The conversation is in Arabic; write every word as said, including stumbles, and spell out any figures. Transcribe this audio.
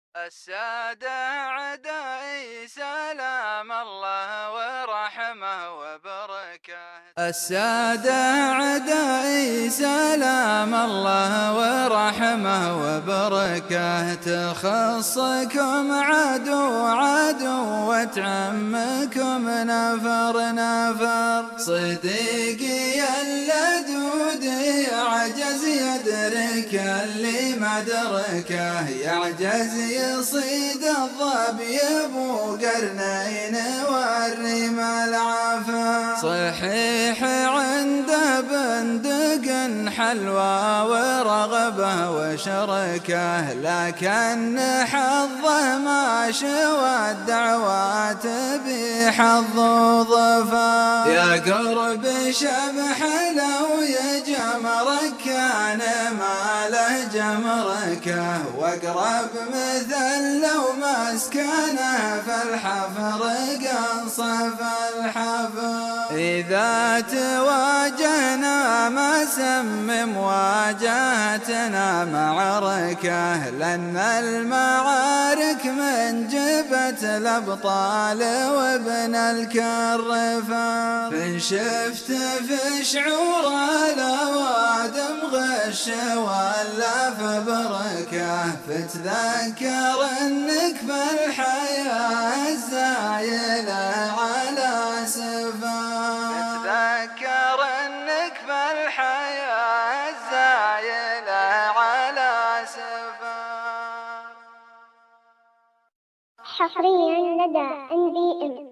السادة أعدائي سلام الله ورحمه وبركاته. السادة أعدائي سلام الله ورحمه وبركاته. خصكم عدو عدوة عمكم نفر نفر. صديقي اللدود يعجز يدرك اللي ما دركه، يعجز يصيد الظبي ابو قرنين والرمال عفا. صحيح عنده بندق حلوى ورغبه وشركه، لكن حظه ما شوى الدعوات بحظ ظفا. يا قرب شبح لو يجمرك كان ما له جمركه، واقرب مثل لو مسكنه فالحفر قنصف الحفر. إذا تواجهنا ما سمم واجهتنا معركة، لأن المعارك من جبت الأبطال وابن الكرفة. فإن شفت في شعور الأوادم غش ولا فبركة، فتذكر انك بالحياة الزايلة على سفا. فتذكر انك بالحياة الزايلة على سفا. حصريا لدى إن بي إم.